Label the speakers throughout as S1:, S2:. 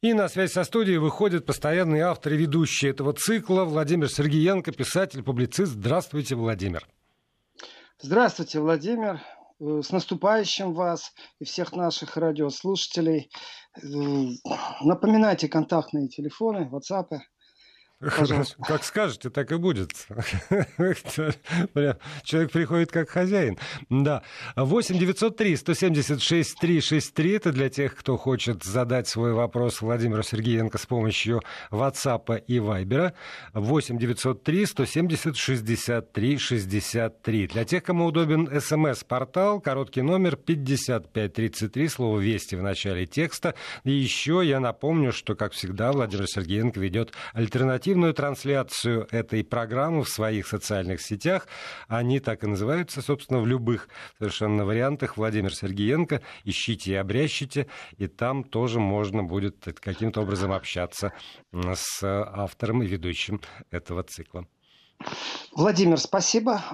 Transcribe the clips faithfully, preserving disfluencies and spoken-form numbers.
S1: И на связь со студией выходит постоянный автор и ведущий этого цикла Владимир Сергиенко, писатель, публицист. Здравствуйте, Владимир.
S2: Здравствуйте, Владимир. С наступающим вас и всех наших радиослушателей. Напоминайте контактные телефоны, WhatsApp.
S1: Хорошо. Как скажете, так и будет. Человек приходит как хозяин. Да. восемь девятьсот три сто семьдесят шесть триста шестьдесят три. Это для тех, кто хочет задать свой вопрос Владимиру Сергиенко с помощью WhatsApp и Viber. восемь девятьсот три сто семьдесят шестьдесят три шестьдесят три. Для тех, кому удобен СМС-портал, короткий номер пятьдесят пять тридцать три, слово «Вести» в начале текста. И еще я напомню, что, как всегда, Владимир Сергиенко ведет альтернативную трансляцию этой программы в своих социальных сетях. Они так и называются, собственно, в любых совершенно вариантах. Владимир Сергиенко. Ищите и обрящите. И там тоже можно будет каким-то образом общаться с автором и ведущим этого цикла.
S2: Владимир, спасибо.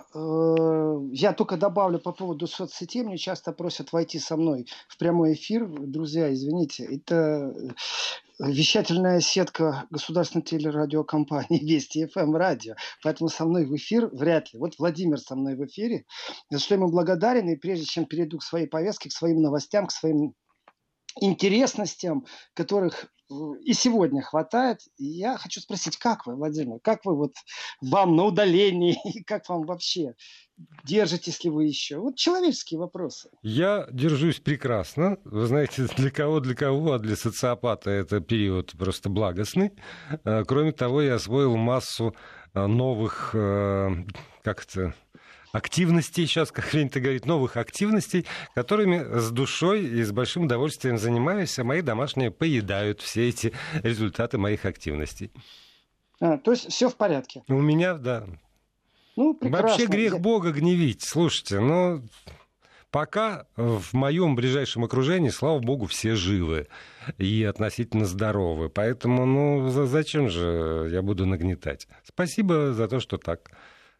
S2: Я только добавлю по поводу соцсетей. Мне часто просят войти со мной в прямой эфир. Друзья, извините, это вещательная сетка государственной телерадиокомпании Вести эф эм радио. Поэтому со мной в эфир вряд ли. Вот Владимир со мной в эфире. За что ему благодарен. И прежде чем перейду к своей повестке, к своим новостям, к своим интересностям, которых и сегодня хватает, я хочу спросить, как вы, Владимир, как вы вот вам на удалении, как вам вообще, держитесь ли вы еще? Вот человеческие вопросы.
S1: Я держусь прекрасно. Вы знаете, для кого, для кого, а для социопата это период просто благостный. Кроме того, я освоил массу новых, как это... активностей, сейчас, как принято говорить, новых активностей, которыми с душой и с большим удовольствием занимаюсь, а мои домашние поедают все эти результаты моих активностей.
S2: А, то есть все в порядке?
S1: У меня, да.
S2: Ну, прекрасно.
S1: Вообще грех Бога гневить. Слушайте, ну, пока в моем ближайшем окружении, слава Богу, все живы и относительно здоровы. Поэтому, ну, зачем же я буду нагнетать? Спасибо за то, что так.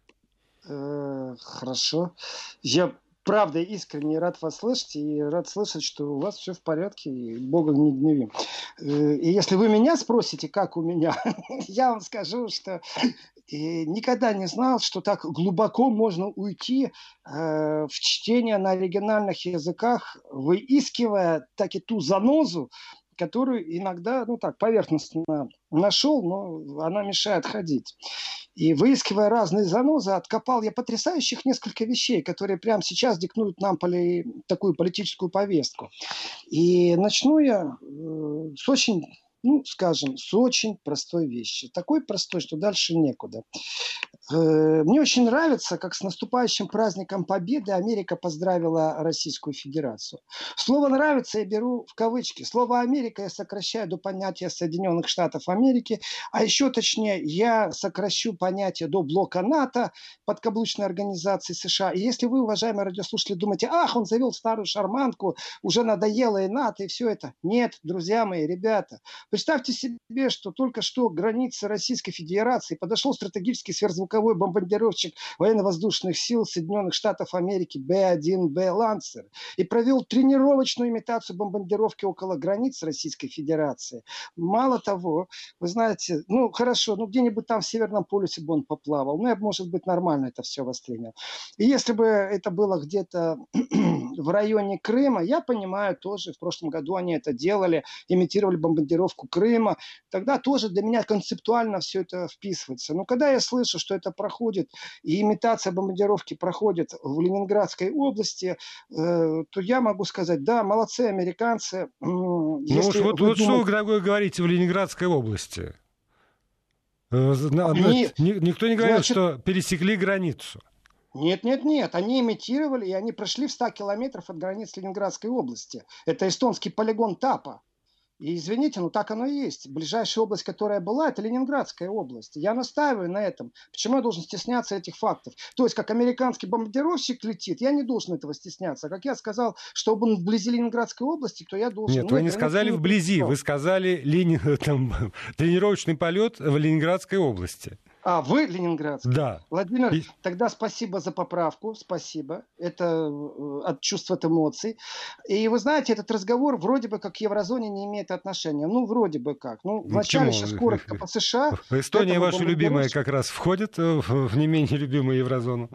S2: Хорошо. Я, правда, искренне рад вас слышать и рад слышать, что у вас все в порядке и Бога не гневим. И если вы меня спросите, как у меня, я вам скажу, что никогда не знал, что так глубоко можно уйти в чтение на оригинальных языках, выискивая так и ту занозу, которую иногда, ну так, поверхностно нашел, но она мешает ходить. И выискивая разные занозы, откопал я потрясающих несколько вещей, которые прямо сейчас диктуют нам поли... такую политическую повестку. И начну я э, с очень, ну, скажем, с очень простой вещи. Такой простой, что дальше некуда. Э, мне очень нравится, как с наступающим праздником Победы Америка поздравила Российскую Федерацию. Слово «нравится» я беру в кавычки. Слово «Америка» я сокращаю до понятия Соединенных Штатов Америки, а еще точнее я сокращу понятие до блока НАТО, подкаблучной организации США. И если вы, уважаемые радиослушатели, думаете, ах, он завел старую шарманку, уже надоело и НАТО, и все это. Нет, друзья мои, ребята, представьте себе, что только что к границе Российской Федерации подошел стратегический сверхзвуковой бомбардировщик военно-воздушных сил Соединенных Штатов Америки Бэ один Бэ Лансер и провел тренировочную имитацию бомбардировки около границ Российской Федерации. Мало того, вы знаете, ну хорошо, ну где-нибудь там в Северном полюсе бы он поплавал, ну я, может быть, нормально это все воспринял. И если бы это было где-то в районе Крыма, я понимаю тоже, в прошлом году они это делали, имитировали бомбардировку Крыма, тогда тоже для меня концептуально все это вписывается. Но когда я слышу, что это проходит, и имитация бомбардировки проходит в Ленинградской области, э, то я могу сказать, да, молодцы американцы.
S1: Ну уж вот, вот думаете... что вы такое говорите в Ленинградской области? Они, Никто не говорил, значит, что пересекли границу.
S2: Нет, нет, нет. Они имитировали, и они прошли в ста километров от границ Ленинградской области. Это эстонский полигон Тапа. И извините, но так оно и есть. Ближайшая область, которая была, это Ленинградская область. Я настаиваю на этом. Почему я должен стесняться этих фактов? То есть, как американский бомбардировщик летит, я не должен этого стесняться. А как я сказал, что он вблизи Ленинградской области, то я должен...
S1: Нет, ну, вы не сказали вблизи, вы сказали лени... там, тренировочный полет в Ленинградской области.
S2: А, вы ленинградский?
S1: Да.
S2: Владимир,
S1: И...
S2: тогда спасибо за поправку, спасибо. Это от чувств, от эмоций. И вы знаете, этот разговор вроде бы как к еврозоне не имеет отношения. Ну, вроде бы как. Ну, вначале сейчас коротко по США.
S1: Эстония, ваша любимая, как раз входит в не менее любимую еврозону.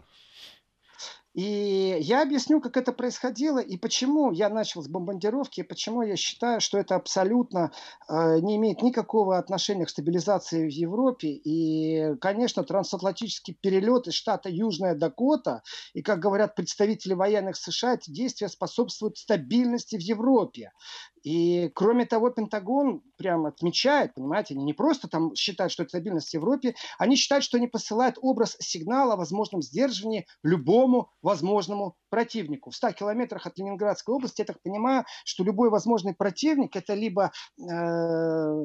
S2: И я объясню, как это происходило и почему я начал с бомбардировки, и почему я считаю, что это абсолютно э, не имеет никакого отношения к стабилизации в Европе. И, конечно, трансатлантический перелет из штата Южная Дакота, и, как говорят представители военных США, эти действия способствуют стабильности в Европе. И, кроме того, Пентагон прямо отмечает, понимаете, они не просто там считают, что это стабильность в Европе, они считают, что они посылают образ сигнала о возможном сдерживании любому возможному противнику. В ста километрах от Ленинградской области, я так понимаю, что любой возможный противник – это либо э,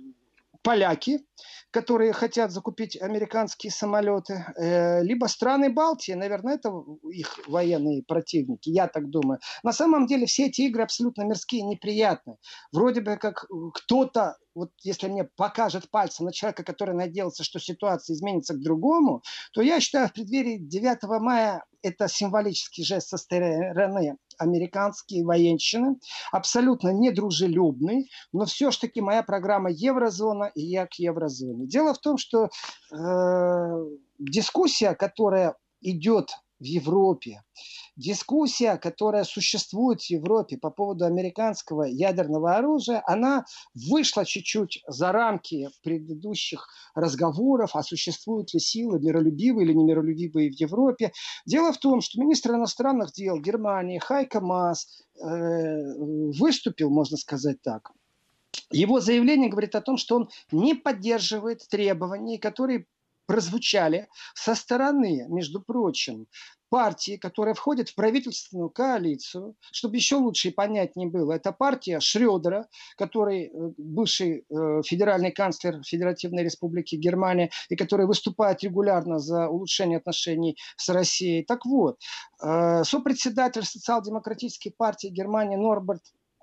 S2: поляки, которые хотят закупить американские самолеты, э, либо страны Балтии, наверное, это их военные противники, я так думаю. На самом деле все эти игры абсолютно мирские, неприятные. Вроде бы как кто-то, вот если мне покажет пальцем на человека, который надеялся, что ситуация изменится к другому, то я считаю, в преддверии девятого мая это символический жест со стороны американские военщины, абсолютно недружелюбный, но все-таки моя программа еврозона, и я к еврозоне. Дело в том, что э, дискуссия, которая идет в Европе, дискуссия, которая существует в Европе по поводу американского ядерного оружия, она вышла чуть-чуть за рамки предыдущих разговоров, а существуют ли силы миролюбивые или немиролюбивые в Европе. Дело в том, что министр иностранных дел Германии Хайко Маас э, выступил, можно сказать так. Его заявление говорит о том, что он не поддерживает требований, которые прозвучали со стороны, между прочим, партии, которая входит в правительственную коалицию, чтобы еще лучше и понятнее было. Это партия Шрёдера, который бывший э, федеральный канцлер Федеративной Республики Германия и который выступает регулярно за улучшение отношений с Россией. Так вот, э, сопредседатель социал-демократической партии Германии Норберт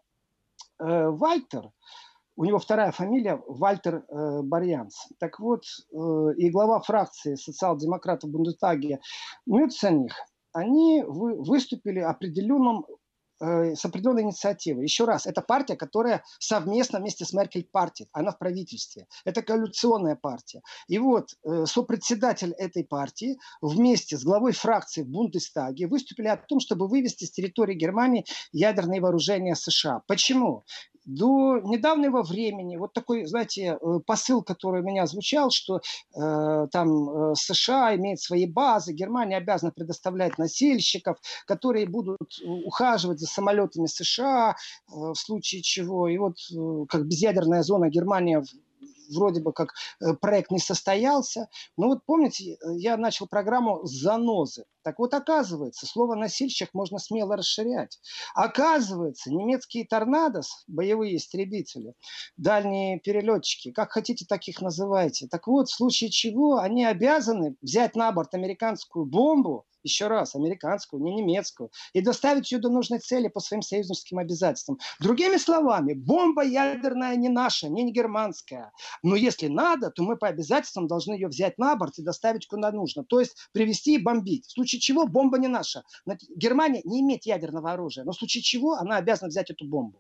S2: э, Вальтер, у него вторая фамилия Вальтер э, Барьянц. Так вот, э, и глава фракции социал-демократов в Бундестаге Мюцених, они вы, выступили определенным, э, с определенной инициативой. Еще раз, это партия, которая совместно вместе с Меркель партия. Она в правительстве. Это коалиционная партия. И вот э, сопредседатель этой партии вместе с главой фракции в Бундестаге выступили о том, чтобы вывести с территории Германии ядерные вооружения США. Почему? До недавнего времени вот такой, знаете, посыл, который у меня звучал, что э, там э, США имеет свои базы, Германия обязана предоставлять носильщиков, которые будут ухаживать за самолетами США э, в случае чего. И вот э, как безъядерная зона Германия вроде бы как проект не состоялся. Но вот помните, я начал программу с занозы. Так вот, оказывается, слово «носильщик» можно смело расширять. Оказывается, немецкие «Торнадос», боевые истребители, дальние перелетчики, как хотите, таких называйте. Так вот, в случае чего они обязаны взять на борт американскую бомбу, еще раз, американскую, не немецкую, и доставить ее до нужной цели по своим союзническим обязательствам. Другими словами, бомба ядерная не наша, не германская. Но если надо, то мы по обязательствам должны ее взять на борт и доставить куда нужно. То есть привезти и бомбить. В случае чего бомба не наша. Германия не имеет ядерного оружия, но в случае чего она обязана взять эту бомбу.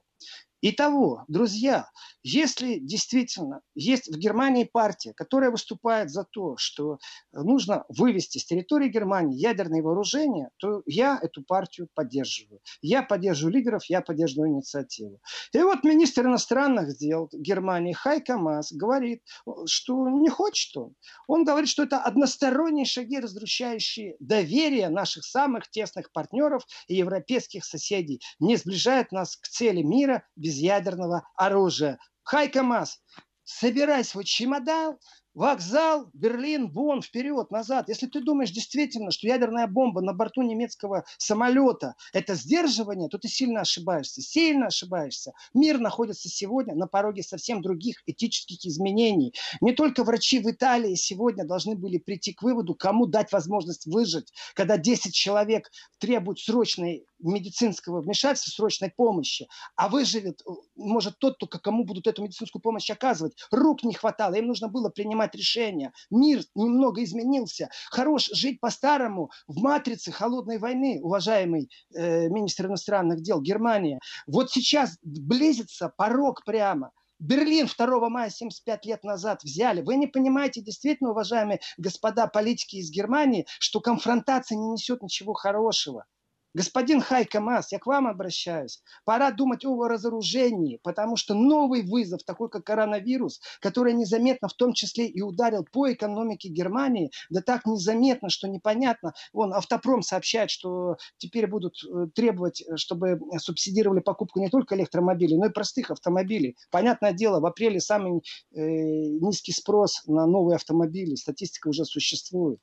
S2: Итого, друзья, если действительно есть в Германии партия, которая выступает за то, что нужно вывести с территории Германии ядерные вооружения, то я эту партию поддерживаю. Я поддерживаю лидеров, я поддерживаю инициативу. И вот министр иностранных дел Германии Хайко Маас говорит, что не хочет он. Он говорит, что это односторонние шаги, разрушающие доверие наших самых тесных партнеров и европейских соседей, не сближают нас к цели мира без ядерного оружия. Хайко Маас, собирай свой чемодан, вокзал, Берлин, Бонн, вперед, назад. Если ты думаешь действительно, что ядерная бомба на борту немецкого самолета – это сдерживание, то ты сильно ошибаешься. Сильно ошибаешься. Мир находится сегодня на пороге совсем других этических изменений. Не только врачи в Италии сегодня должны были прийти к выводу, кому дать возможность выжить, когда десять человек требуют срочной медицинского вмешательства, срочной помощи, а выживет, может, тот, кто, кому будут эту медицинскую помощь оказывать. Рук не хватало, им нужно было принимать решения. Мир немного изменился. Хорош жить по-старому в матрице холодной войны, уважаемый э, министр иностранных дел Германии. Вот сейчас близится порог прямо. Берлин второго мая семьдесят пять лет назад взяли. Вы не понимаете, действительно, уважаемые господа политики из Германии, что конфронтация не несет ничего хорошего. Господин Хайко Маас, я к вам обращаюсь. Пора думать о разоружении, потому что новый вызов, такой как коронавирус, который незаметно в том числе и ударил по экономике Германии, да так незаметно, что непонятно. Вон Автопром сообщает, что теперь будут требовать, чтобы субсидировали покупку не только электромобилей, но и простых автомобилей. Понятное дело, в апреле самый э, низкий спрос на новые автомобили. Статистика уже существует.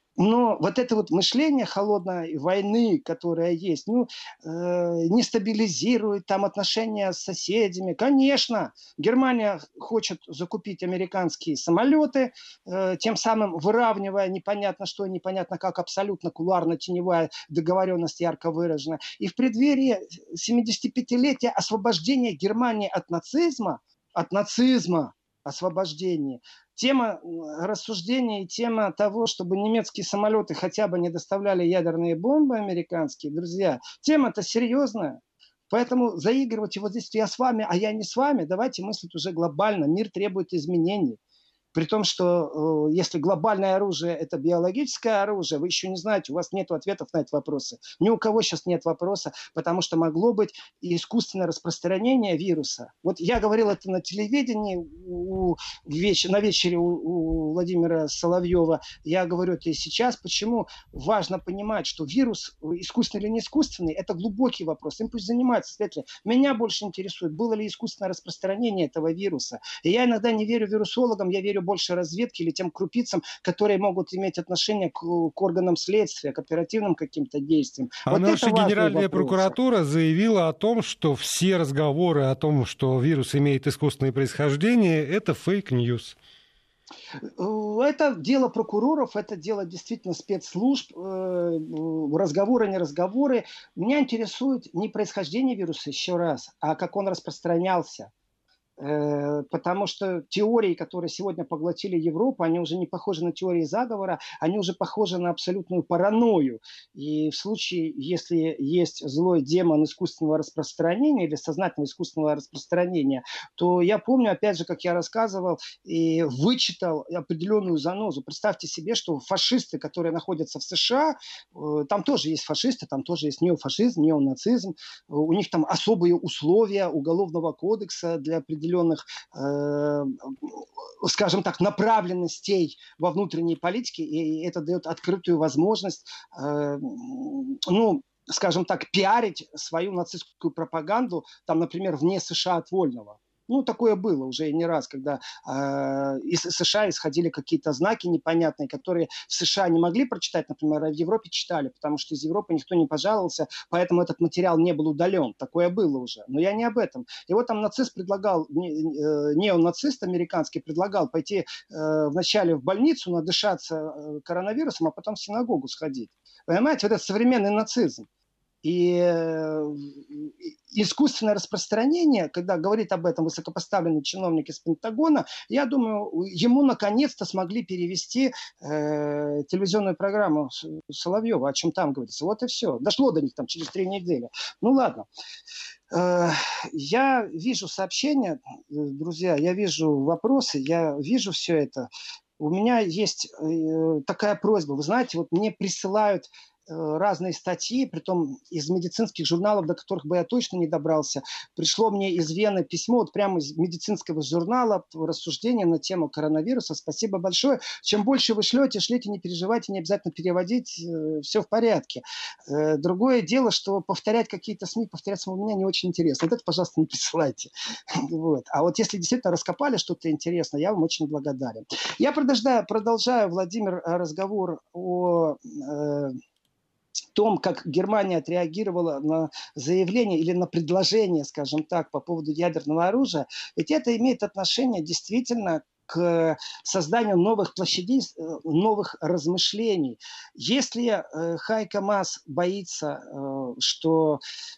S2: Но вот это вот мышление холодной войны, которое есть, ну, э, не стабилизирует там отношения с соседями. Конечно, Германия хочет закупить американские самолеты, э, тем самым выравнивая непонятно что, непонятно как, абсолютно кулуарно-теневая договоренность ярко выражена. И в преддверии семидесятипятилетия освобождения Германии от нацизма, от нацизма, освобождения, тема рассуждений, тема того, чтобы немецкие самолеты хотя бы не доставляли ядерные бомбы американские, друзья, тема-то серьезная. Поэтому заигрывать его здесь, я с вами, а я не с вами, давайте мыслить уже глобально. Мир требует изменений. При том, что э, если глобальное оружие – это биологическое оружие, вы еще не знаете, у вас нет ответов на эти вопросы. Ни у кого сейчас нет вопроса, потому что могло быть и искусственное распространение вируса. Вот я говорил это на телевидении у, веч, на вечере у, у Владимира Соловьева. Я говорю это и сейчас. Почему важно понимать, что вирус, искусственный или не искусственный, это глубокий вопрос. Им пусть занимаются следствием. Меня больше интересует, было ли искусственное распространение этого вируса. И я иногда не верю вирусологам, я верю больше разведки или тем крупицам, которые могут иметь отношение к, к органам следствия, к оперативным каким-то действиям.
S1: А
S2: вот
S1: наша Генеральная прокуратура заявила о том, что все разговоры о том, что вирус имеет искусственное происхождение, это фейк-ньюс.
S2: Это дело прокуроров, это дело действительно спецслужб, разговоры, не разговоры. Меня интересует не происхождение вируса, еще раз, а как он распространялся. Потому что теории, которые сегодня поглотили Европу, они уже не похожи на теории заговора, они уже похожи на абсолютную паранойю. И в случае, если есть злой демон искусственного распространения или сознательного искусственного распространения, то я помню, опять же, как я рассказывал, и вычитал определенную занозу. Представьте себе, что фашисты, которые находятся в США, там тоже есть фашисты, там тоже есть неофашизм, неонацизм, у них там особые условия уголовного кодекса для определенных определенных, э, скажем так, направленностей во внутренней политике, и это дает открытую возможность, э, ну, скажем так, пиарить свою нацистскую пропаганду, там, например, вне США от вольного. Ну, такое было уже не раз, когда э, из США исходили какие-то знаки непонятные, которые в США не могли прочитать, например, а в Европе читали, потому что из Европы никто не пожаловался, поэтому этот материал не был удален. Такое было уже. Но я не об этом. И вот там нацист предлагал, не, э, неонацист американский предлагал пойти э, вначале в больницу, надышаться коронавирусом, а потом в синагогу сходить. Понимаете, вот это современный нацизм. И искусственное распространение, когда говорит об этом высокопоставленный чиновник из Пентагона, я думаю, ему наконец-то смогли перевести э, телевизионную программу Соловьева, о чем там говорится. Вот и все. Дошло до них там через три недели. Ну ладно. Э, я вижу сообщения, друзья, я вижу вопросы, я вижу все это. У меня есть э, такая просьба. Вы знаете, вот мне присылают разные статьи, притом из медицинских журналов, до которых бы я точно не добрался. Пришло мне из Вены письмо, вот прямо из медицинского журнала, рассуждение на тему коронавируса. Спасибо большое. Чем больше вы шлете, шлите, не переживайте, не обязательно переводить, все в порядке. Другое дело, что повторять какие-то СМИ, повторять самого меня не очень интересно. Вот это, пожалуйста, не присылайте. Вот. А вот если действительно раскопали что-то интересное, я вам очень благодарен. Я продолжаю, продолжаю Владимир, разговор о том, как Германия отреагировала на заявление или на предложение, скажем так, по поводу ядерного оружия, ведь это имеет отношение действительно к созданию новых площадей, новых размышлений. Если Хайко Маас боится, что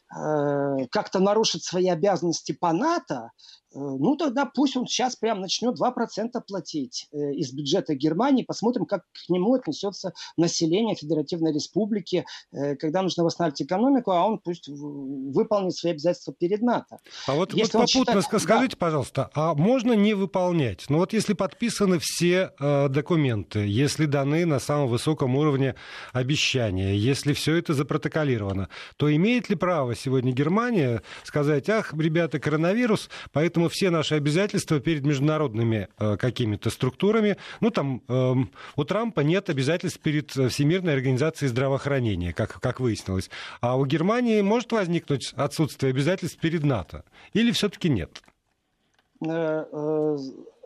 S2: как-то нарушит свои обязанности по НАТО, ну, тогда пусть он сейчас прям начнет два процента платить э, из бюджета Германии. Посмотрим, как к нему отнесется население Федеративной Республики, э, когда нужно восстанавливать экономику, а он пусть в- выполнит свои обязательства перед НАТО.
S1: А вот, вот
S2: Если он
S1: попутно
S2: считает-
S1: скажите, пожалуйста, а можно не выполнять? Ну вот если подписаны все э, документы, если даны на самом высоком уровне обещания, если все это запротоколировано, то имеет ли право сегодня Германия сказать: ах, ребята, коронавирус, поэтому все наши обязательства перед международными э, какими-то структурами, ну там э, у Трампа нет обязательств перед Всемирной организацией здравоохранения, как, как выяснилось, а у Германии может возникнуть отсутствие обязательств перед НАТО? Или все-таки нет?
S2: э, э,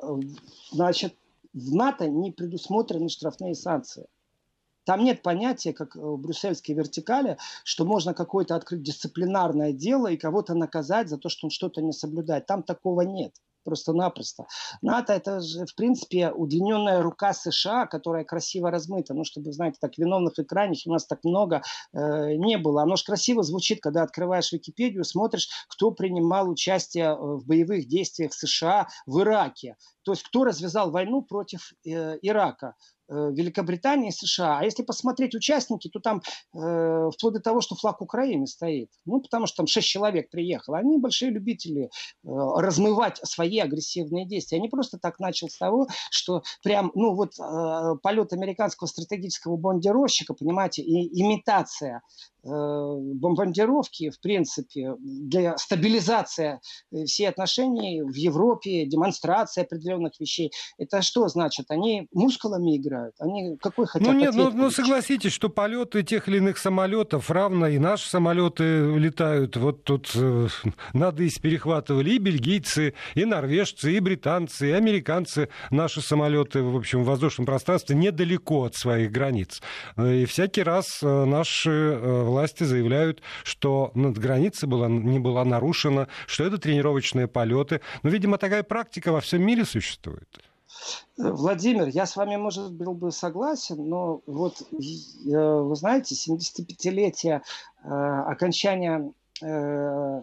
S2: значит, в НАТО не предусмотрены штрафные санкции. Там нет понятия, как в брюссельской вертикали, что можно какое-то открыть дисциплинарное дело и кого-то наказать за то, что он что-то не соблюдает. Там такого нет. Просто-напросто. НАТО — это же, в принципе, удлиненная рука США, которая красиво размыта. Ну, чтобы, знаете, так виновных и крайних у нас так много э, не было. Оно же красиво звучит, когда открываешь Википедию, смотришь, кто принимал участие в боевых действиях США в Ираке. То есть, кто развязал войну против э, Ирака. Великобритании и США. А если посмотреть участники, то там э, вплоть до того, что флаг Украины стоит. Ну, потому что там шесть человек приехало. Они большие любители э, размывать свои агрессивные действия. Они просто так начал с того, что прям, ну, вот э, полет американского стратегического бомбардировщика, понимаете, и имитация э, бомбардировки, в принципе, для стабилизации всех отношений в Европе, демонстрация определенных вещей. Это что значит? Они мускулами играют. Они какой хотят
S1: Ну нет,
S2: ответ
S1: ну, ну
S2: получить?
S1: согласитесь, что полеты тех или иных самолетов равно и наши самолеты летают. Вот тут э, надысь перехватывали и бельгийцы, и норвежцы, и британцы, и американцы. Наши самолеты, в общем, в воздушном пространстве недалеко от своих границ. И всякий раз э, наши э, власти заявляют, что граница была, не была нарушена, что это тренировочные полеты. Но, видимо, такая практика во всем мире существует.
S2: Владимир, я с вами, может, был бы согласен, но вот, вы знаете, семидесятипятилетие э, окончания э,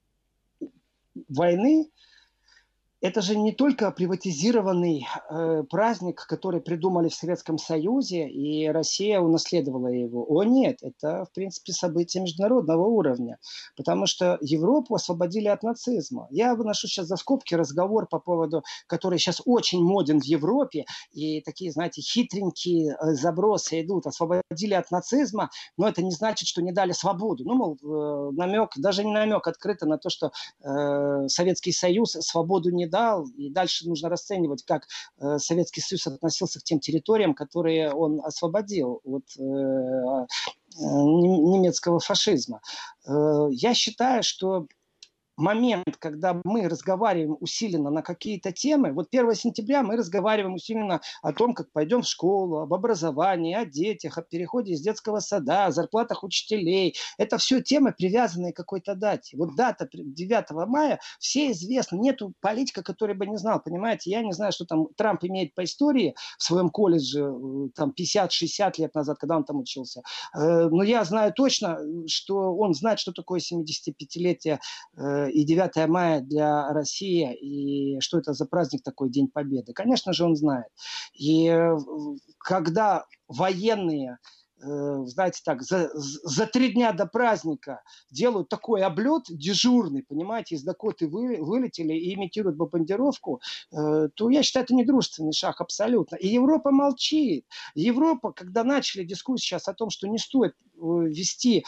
S2: войны, это же не только приватизированный э, праздник, который придумали в Советском Союзе, и Россия унаследовала его. О нет, это, в принципе, событие международного уровня, потому что Европу освободили от нацизма. Я выношу сейчас за скобки разговор по поводу, который сейчас очень моден в Европе, и такие, знаете, хитренькие э, забросы идут. Освободили от нацизма, но это не значит, что не дали свободу. Ну, мол, э, намек, даже не намек открыто на то, что э, Советский Союз свободу не дал, и дальше нужно расценивать, как э, Советский Союз относился к тем территориям, которые он освободил от э, э, немецкого фашизма. Э, я считаю, что момент, когда мы разговариваем усиленно на какие-то темы, вот первого сентября мы разговариваем усиленно о том, как пойдем в школу, об образовании, о детях, о переходе из детского сада, о зарплатах учителей. Это все темы, привязанные к какой-то дате. Вот дата девятого мая, все известны. Нету политика, который бы не знал, понимаете? Я не знаю, что там Трамп имеет по истории в своем колледже там пятьдесят-шестьдесят лет назад, когда он там учился. Но я знаю точно, что он знает, что такое семидесятипятилетие и девятое мая для России, и что это за праздник такой, День Победы. Конечно же, он знает. И когда военные, знаете так, за, за три дня до праздника делают такой облет дежурный, понимаете, из Дакоты вы, вылетели и имитируют бомбардировку, то я считаю, это недружественный шаг абсолютно. И Европа молчит. Европа, когда начали дискуссию сейчас о том, что не стоит вести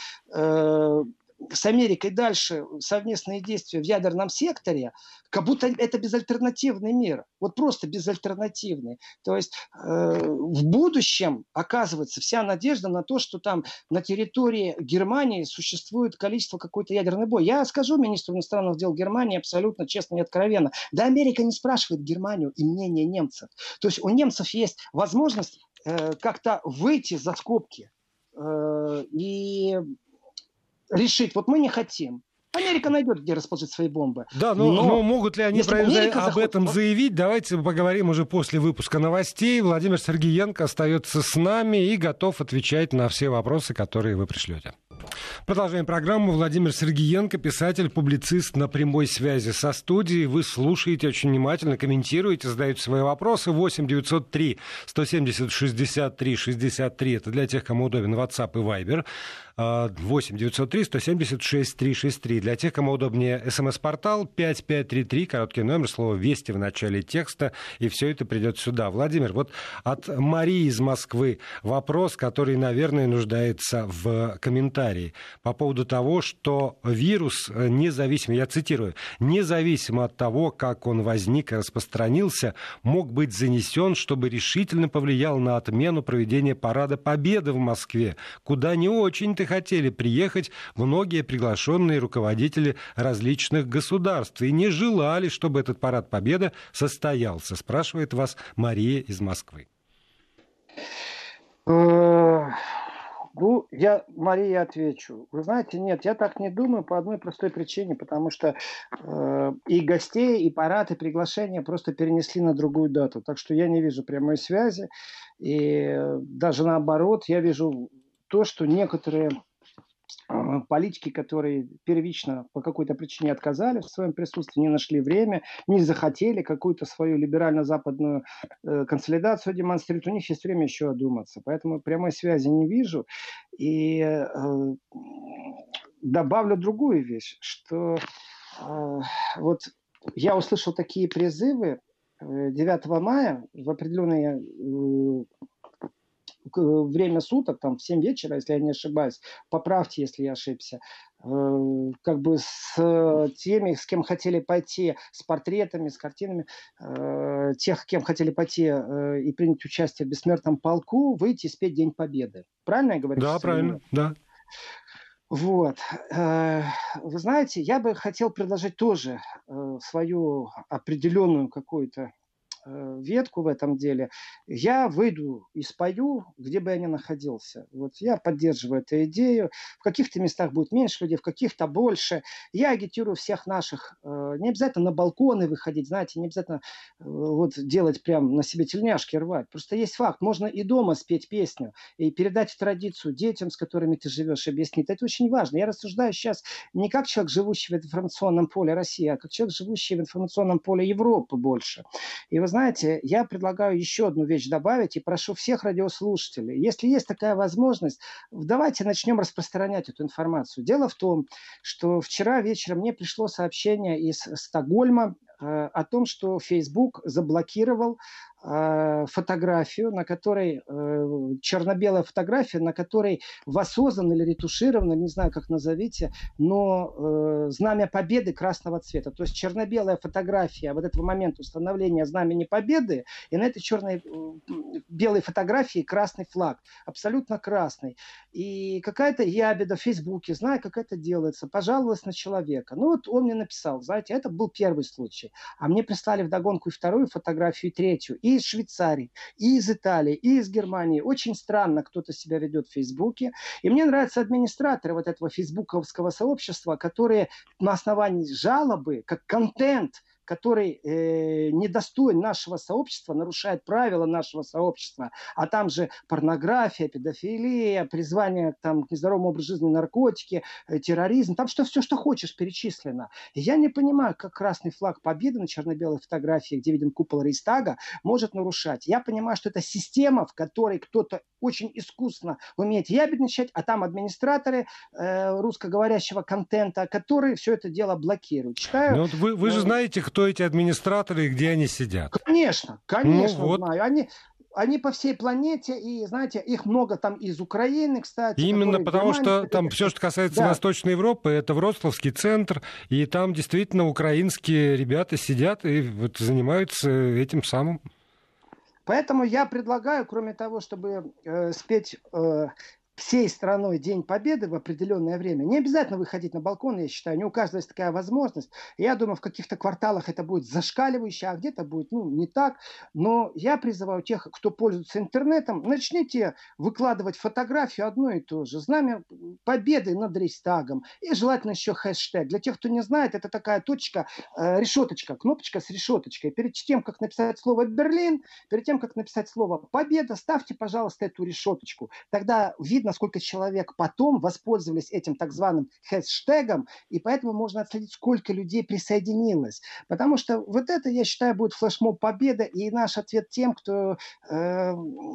S2: с Америкой дальше совместные действия в ядерном секторе, как будто это безальтернативный мир. Вот просто безальтернативный. То есть э, в будущем, оказывается, вся надежда на то, что там на территории Германии существует количество какой-то ядерной бомбы. Я скажу министру иностранных дел Германии абсолютно честно и откровенно. Да Америка не спрашивает Германию и мнение немцев. То есть у немцев есть возможность э, как-то выйти за скобки э, и решить, вот мы не хотим. Америка найдет, где расположить свои бомбы.
S1: Да, но, но, но могут ли они об заход... этом заявить? Давайте поговорим уже после выпуска новостей. Владимир Сергеенко остается с нами и готов отвечать на все вопросы, которые вы пришлете. Продолжаем программу. Владимир Сергеенко, писатель, публицист, на прямой связи со студией. Вы слушаете очень внимательно, комментируете, задаете свои вопросы. восемь девятьсот три сто семьдесят шестьдесят три шестьдесят три. Это для тех, кому удобен WhatsApp и Viber. восемь девятьсот три сто семьдесят шесть триста шестьдесят три. Для тех, кому удобнее смс-портал пять пять три три, короткий номер, слово «Вести» в начале текста, и все это придет сюда. Владимир, вот от Марии из Москвы вопрос, который, наверное, нуждается в комментарии по поводу того, что вирус, независимо, я цитирую, независимо от того, как он возник и распространился, мог быть занесен, чтобы решительно повлиял на отмену проведения Парада Победы в Москве, куда не очень-то хотели приехать многие приглашенные руководители различных государств и не желали, чтобы этот парад Победы состоялся, спрашивает вас Мария из Москвы.
S2: Ну, я, Мария, отвечу. Вы знаете, нет, я так не думаю по одной простой причине, потому что э, и гостей, и парад, и приглашения просто перенесли на другую дату. Так что я не вижу прямой связи. И даже наоборот, я вижу то, что некоторые политики, которые первично по какой-то причине отказали в своем присутствии, не нашли время, не захотели какую-то свою либерально-западную э, консолидацию демонстрировать, у них есть время еще одуматься. Поэтому прямой связи не вижу. И э, добавлю другую вещь, что э, вот я услышал такие призывы э, девятого мая в определенные э, время суток, там в семь вечера, если я не ошибаюсь, поправьте, если я ошибся, э, как бы с теми, с кем хотели пойти, с портретами, с картинами, э, тех, кем хотели пойти э, и принять участие в бессмертном полку, выйти и спеть День Победы. Правильно я говорю?
S1: Да, правильно, да.
S2: Вот. Вы знаете, я бы хотел предложить тоже свою определенную какую-то ветку в этом деле. Я выйду и спою, где бы я ни находился. Вот я поддерживаю эту идею. В каких-то местах будет меньше людей, в каких-то больше. Я агитирую всех наших. Не обязательно на балконы выходить, знаете, не обязательно вот делать прям на себе тельняшки рвать. Просто есть факт. Можно и дома спеть песню и передать традицию детям, с которыми ты живешь, объяснить. Это очень важно. Я рассуждаю сейчас не как человек, живущий в информационном поле России, а как человек, живущий в информационном поле Европы больше. И вы знаете, я предлагаю еще одну вещь добавить и прошу всех радиослушателей, если есть такая возможность, давайте начнем распространять эту информацию. Дело в том, что вчера вечером мне пришло сообщение из Стокгольма э, о том, что Facebook заблокировал фотографию, на которой э, черно-белая фотография, на которой воссоздано или ретушировано, не знаю, как назовите, но э, знамя Победы красного цвета. То есть черно-белая фотография вот этого момента установления знамени Победы, и на этой черно-белой фотографии красный флаг, абсолютно красный. И какая-то ябеда в Фейсбуке, знаю, как это делается, пожаловалась на человека. Ну вот он мне написал, знаете, это был первый случай. А мне прислали вдогонку и вторую фотографию, и третью. И из Швейцарии, и из Италии, и из Германии. Очень странно кто-то себя ведет в Фейсбуке. И мне нравятся администраторы вот этого фейсбуковского сообщества, которые на основании жалобы, как контент, который э, недостоин нашего сообщества, нарушает правила нашего сообщества, а там же порнография, педофилия, призвание там, к нездоровому образу жизни, наркотики, э, терроризм, там что, все, что хочешь, перечислено. И я не понимаю, как красный флаг Победы на черно-белой фотографии, где виден купол Рейхстага, может нарушать. Я понимаю, что это система, в которой кто-то очень искусно умеет ябедничать, а там администраторы э, русскоговорящего контента, которые все это дело блокируют. Читаю,
S1: вот вы, вы же знаете, кто эти администраторы и где они сидят.
S2: Конечно, конечно,
S1: ну, вот.
S2: знаю. Они, они по всей планете, и, знаете, их много там из Украины, кстати.
S1: Именно потому, что там все, что касается да. Восточной Европы, это Вроцлавский центр, и там действительно украинские ребята сидят и вот занимаются этим самым.
S2: Поэтому я предлагаю, кроме того, чтобы э, спеть... Э, всей страной День Победы в определенное время. Не обязательно выходить на балкон, я считаю, не у каждого есть такая возможность. Я думаю, в каких-то кварталах это будет зашкаливающе, а где-то будет ну, не так. Но я призываю тех, кто пользуется интернетом, начните выкладывать фотографию одно и то же. Знамя Победы над Рейхстагом. И желательно еще хэштег. Для тех, кто не знает, это такая точка, э, решеточка, кнопочка с решеточкой. Перед тем, как написать слово «Берлин», перед тем, как написать слово «Победа», ставьте, пожалуйста, эту решеточку. Тогда видно, сколько человек потом воспользовались этим так званым хэштегом, и поэтому можно отследить, сколько людей присоединилось. Потому что вот это, я считаю, будет флешмоб победы, и наш ответ тем, кто э,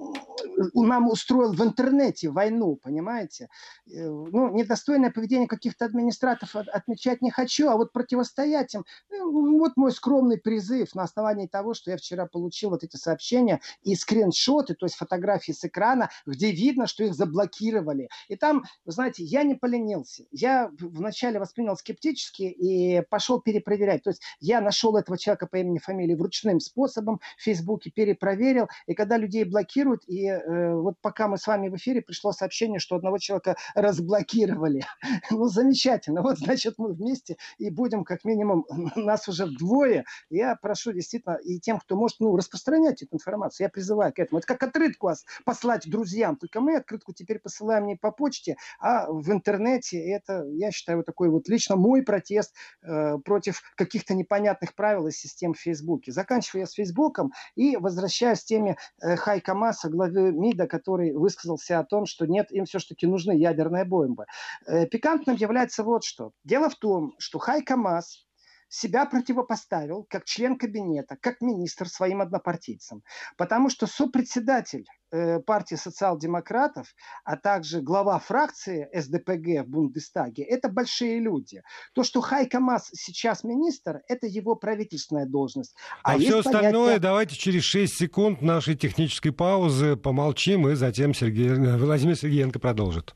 S2: нам устроил в интернете войну, понимаете? Э, ну, недостойное поведение каких-то администраторов от, отмечать не хочу, а вот противостоять им. Ну, вот мой скромный призыв на основании того, что я вчера получил вот эти сообщения и скриншоты, то есть фотографии с экрана, где видно, что их заблокировали. И там, вы знаете, я не поленился. Я вначале воспринял скептически и пошел перепроверять. То есть я нашел этого человека по имени, фамилии вручным способом в Фейсбуке, перепроверил. И когда людей блокируют, и э, вот пока мы с вами в эфире, пришло сообщение, что одного человека разблокировали. Ну, замечательно. Вот, значит, мы вместе и будем, как минимум, нас уже вдвое. Я прошу действительно и тем, кто может, ну, распространять эту информацию, я призываю к этому. Это как открытку послать друзьям. Только мы открытку теперь посылаем не по почте, а в интернете. Это, я считаю, вот такой вот лично мой протест э, против каких-то непонятных правил и систем в Фейсбуке. Заканчиваю я с Фейсбуком и возвращаюсь к теме э, Хайка Мааса, главы МИДа, который высказался о том, что нет, им все-таки нужны ядерные бомбы. Э, пикантным является вот что. Дело в том, что Хайка Маас себя противопоставил как член кабинета, как министр своим однопартийцам. Потому что сопредседатель э, партии социал-демократов, а также глава фракции эс дэ пэ гэ в Бундестаге, это большие люди. То, что Хайка Маас сейчас министр, это его правительственная должность.
S1: А,
S2: А
S1: все остальное
S2: понятие...
S1: давайте через шесть секунд нашей технической паузы помолчим, и затем Сергей... Владимир Сергеенко продолжит.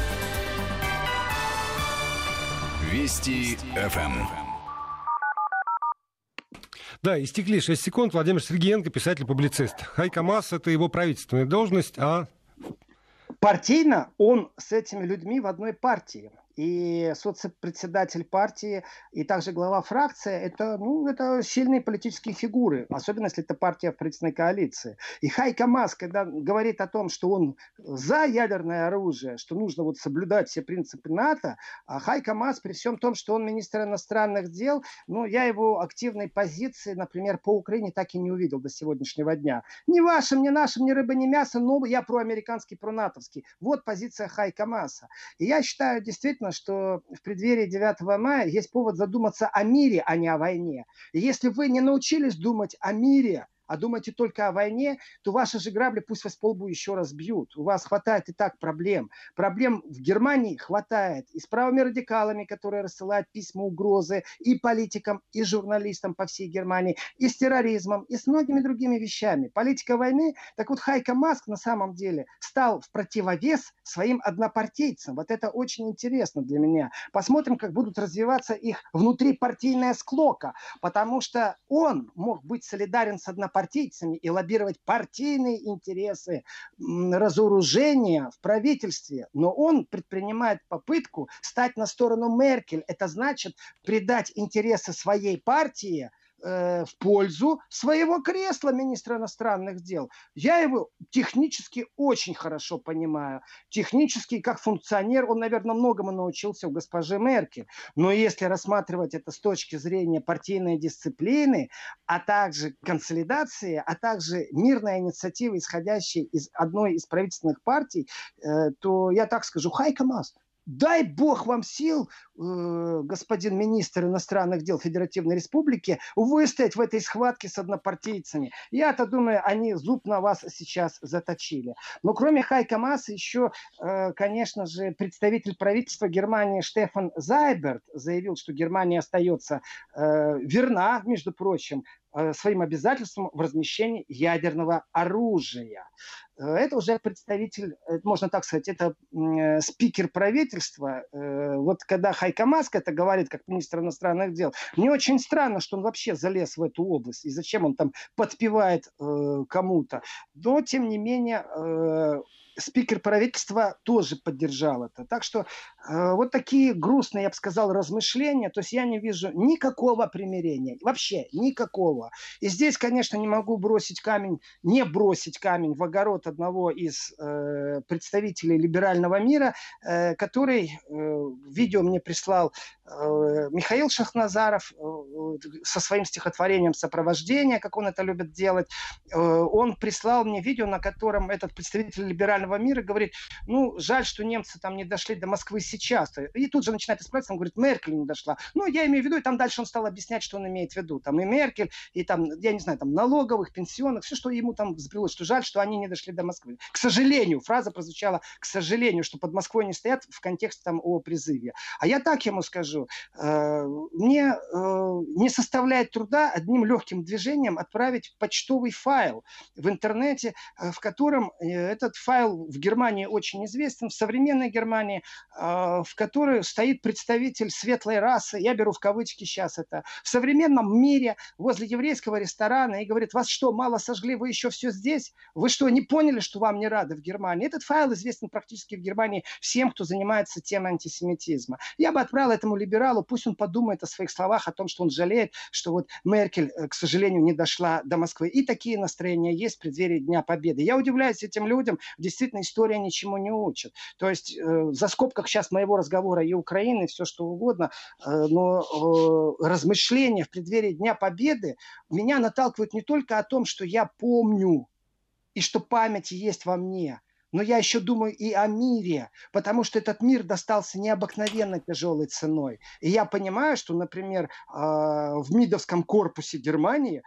S3: Вести эф эм.
S1: Да, истекли шесть секунд. Владимир Сергеенко, писатель-публицист. Хайка Маас — это его правительственная должность, а...
S2: Партийно он с этими людьми в одной партии. И соцпредседатель партии, и также глава фракции, это, ну, это сильные политические фигуры, особенно если это партия в правительственной коалиции. И Хайка Маас, когда говорит о том, что он за ядерное оружие, что нужно вот соблюдать все принципы НАТО, а Хайка Маас, при всем том, что он министр иностранных дел, ну, я его активной позиции, например, по Украине так и не увидел до сегодняшнего дня. Ни вашим, ни нашим, ни рыба, ни мясо, но я проамериканский, пронатовский. Вот позиция Хайка Мааса. И я считаю действительно, что в преддверии девятого мая есть повод задуматься о мире, а не о войне. И если вы не научились думать о мире, а думаете только о войне, то ваши же грабли пусть вас по лбу еще раз бьют. У вас хватает и так проблем. Проблем в Германии хватает. И с правыми радикалами, которые рассылают письма угрозы и политикам, и журналистам по всей Германии, и с терроризмом, и с многими другими вещами. Политика войны. Так вот, Хайка Маас на самом деле стал в противовес своим однопартийцам. Вот это очень интересно для меня. Посмотрим, как будут развиваться их внутрипартийная склока. Потому что он мог быть солидарен с однопартийцами, партийцами и лоббировать партийные интересы разоружения в правительстве. Но он предпринимает попытку стать на сторону Меркель. Это значит предать интересы своей партии в пользу своего кресла министра иностранных дел. Я его технически очень хорошо понимаю. Технически, как функционер, он, наверное, многому научился у госпожи Меркель. Но если рассматривать это с точки зрения партийной дисциплины, а также консолидации, а также мирной инициативы, исходящей из одной из правительственных партий, то я так скажу, Хайка Маас, дай бог вам сил, э, господин министр иностранных дел Федеративной Республики, выстоять в этой схватке с однопартийцами. Я-то думаю, они зуб на вас сейчас заточили. Но кроме Хайка Мааса еще, э, конечно же, представитель правительства Германии Штефан Зайберт заявил, что Германия остается э, верна, между прочим, своим обязательствам в размещении ядерного оружия. Это уже представитель, можно так сказать, это э, спикер правительства. Э, вот когда Хайка Маас это говорит, как министр иностранных дел, мне очень странно, что он вообще залез в эту область, и зачем он там подпевает э, кому-то. Но, тем не менее, э, спикер правительства тоже поддержал это. Так что э, вот такие грустные, я бы сказал, размышления. То есть я не вижу никакого примирения. Вообще никакого. И здесь, конечно, не могу бросить камень, не бросить камень в огород одного из э, представителей либерального мира, э, который э, видео мне прислал э, Михаил Шахназаров э, со своим стихотворением «Сопровождение», как он это любит делать. Э, он прислал мне видео, на котором этот представитель либерального мира говорит: ну, жаль, что немцы там не дошли до Москвы сейчас. И тут же начинает исправиться, он говорит: Меркель не дошла. Ну, я имею в виду, и там дальше он стал объяснять, что он имеет в виду. Там и Меркель, и там, я не знаю, там налоговых, пенсионных, все, что ему там взбрелось, что жаль, что они не дошли до Москвы. К сожалению, фраза прозвучала: к сожалению, что под Москвой не стоят, в контексте там о призыве. А я так ему скажу: э, мне э, не составляет труда одним легким движением отправить почтовый файл в интернете, э, в котором э, этот файл в Германии очень известен, в современной Германии, э, в которой стоит представитель светлой расы, я беру в кавычки сейчас это, в современном мире возле еврейского ресторана и говорит: вас что, мало сожгли, вы еще все здесь? Вы что, не поняли, что вам не рады в Германии? Этот файл известен практически в Германии всем, кто занимается темой антисемитизма. Я бы отправил этому либералу, пусть он подумает о своих словах, о том, что он жалеет, что вот Меркель, к сожалению, не дошла до Москвы. И такие настроения есть в преддверии Дня Победы. Я удивляюсь этим людям, действительно история ничему не учит. То есть э, за скобках сейчас моего разговора и Украины, и все что угодно, э, но э, размышления в преддверии Дня Победы меня наталкивают не только о том, что я помню, и что память есть во мне, но я еще думаю и о мире, потому что этот мир достался необыкновенно тяжелой ценой. И я понимаю, что, например, в МИДовском корпусе Германии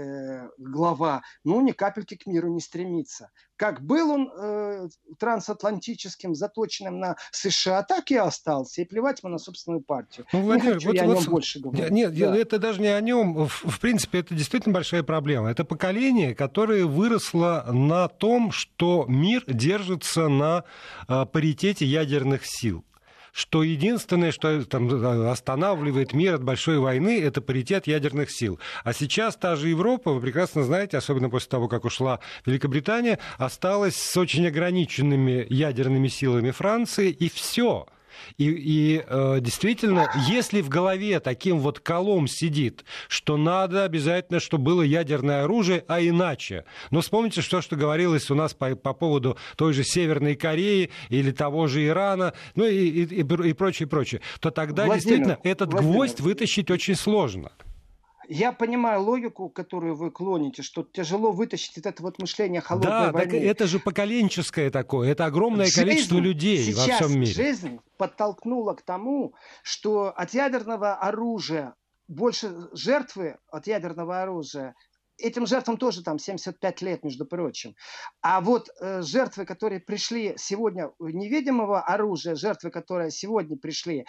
S2: глава, ну, ни капельки к миру не стремится. Как был он э, трансатлантическим, заточенным на США, так и остался. И плевать ему на собственную партию.
S1: Ну, Владимир,
S2: не хочу
S1: вот,
S2: я
S1: вот,
S2: о нем больше говорить.
S1: Нет,
S2: да.
S1: это даже не о нем. В, в принципе, это действительно большая проблема. Это поколение, которое выросло на том, что мир держится на а, паритете ядерных сил. Что единственное, что там останавливает мир от большой войны, это паритет ядерных сил. А сейчас та же Европа, вы прекрасно знаете, особенно после того, как ушла Великобритания, осталась с очень ограниченными ядерными силами Франции, и все. И, и э, действительно, если в голове таким вот колом сидит, что надо обязательно, чтобы было ядерное оружие, а иначе. Но вспомните, что, что говорилось у нас по, по поводу той же Северной Кореи или того же Ирана, ну и, и, и, и прочее, прочее. То тогда Владимир, действительно этот Владимир, гвоздь вытащить очень сложно.
S2: Я понимаю логику, которую вы клоните, что тяжело вытащить это вот мышление холодной
S1: да,
S2: войны.
S1: Да, это же поколенческое такое, это огромное жизнь количество людей во всем мире.
S2: Жизнь подтолкнула к тому, что от ядерного оружия больше жертвы от ядерного оружия. Этим жертвам тоже там семьдесят пять лет, между прочим. А вот э, жертвы, которые пришли сегодня невидимого оружия, жертвы, которые сегодня пришли,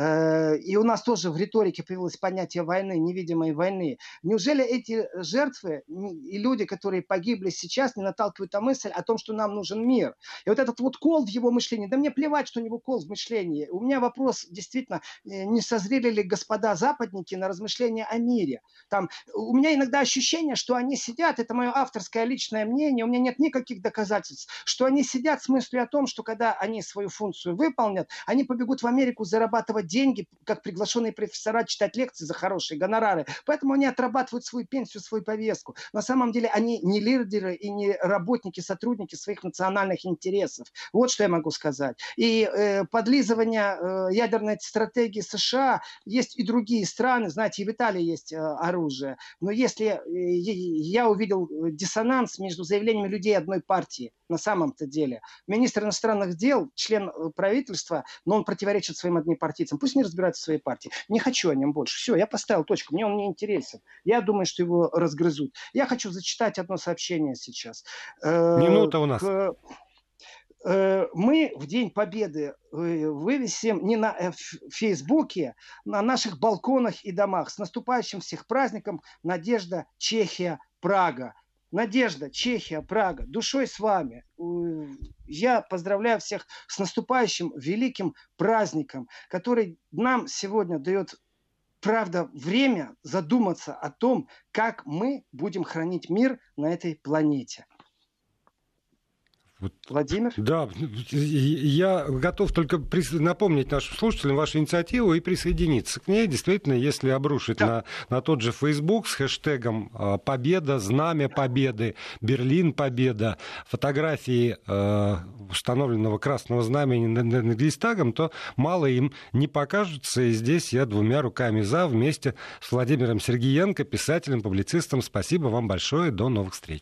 S2: э, и у нас тоже в риторике появилось понятие войны, невидимой войны. Неужели эти жертвы и люди, которые погибли сейчас, не наталкивают на мысль о том, что нам нужен мир? И вот этот вот кол в его мышлении, да мне плевать, что у него кол в мышлении. У меня вопрос, действительно, не созрели ли господа западники на размышления о мире? Там, у меня иногда ощущение, что они сидят, это мое авторское личное мнение, у меня нет никаких доказательств, что они сидят с мыслью о том, что когда они свою функцию выполнят, они побегут в Америку зарабатывать деньги, как приглашенные профессора, читать лекции за хорошие гонорары. Поэтому они отрабатывают свою пенсию, свою повестку. На самом деле они не лидеры и не работники, сотрудники своих национальных интересов. Вот что я могу сказать. И э, подлизывание э, ядерной стратегии США, есть и другие страны, знаете, и в Италии есть э, оружие. Но если э, я увидел диссонанс между заявлениями людей одной партии на самом-то деле. Министр иностранных дел, член правительства, но он противоречит своим однопартийцам. Пусть не разбираются в своей партии. Не хочу о нем больше. Все, я поставил точку. Мне он не интересен. Я думаю, что его разгрызут. Я хочу зачитать одно сообщение сейчас.
S1: Минута у нас.
S2: К... Мы в День Победы вывесим не на Фейсбуке, на наших балконах и домах. С наступающим всех праздником. Надежда, Чехия, Прага. Надежда, Чехия, Прага. Душой с вами. Я поздравляю всех с наступающим великим праздником, который нам сегодня дает, правда, время задуматься о том, как мы будем хранить мир на этой планете.
S1: Вот.
S2: Владимир?
S1: Да, я готов только прис... напомнить нашим слушателям вашу инициативу и присоединиться к ней. Действительно, если обрушить да. на, на тот же Facebook с хэштегом «Победа», «Знамя Победы», «Берлин Победа», фотографии э, установленного красного знамени над Рейхстагом, то мало им не покажется. И здесь я двумя руками за, вместе с Владимиром Сергиенко, писателем, публицистом. Спасибо вам большое. До новых встреч.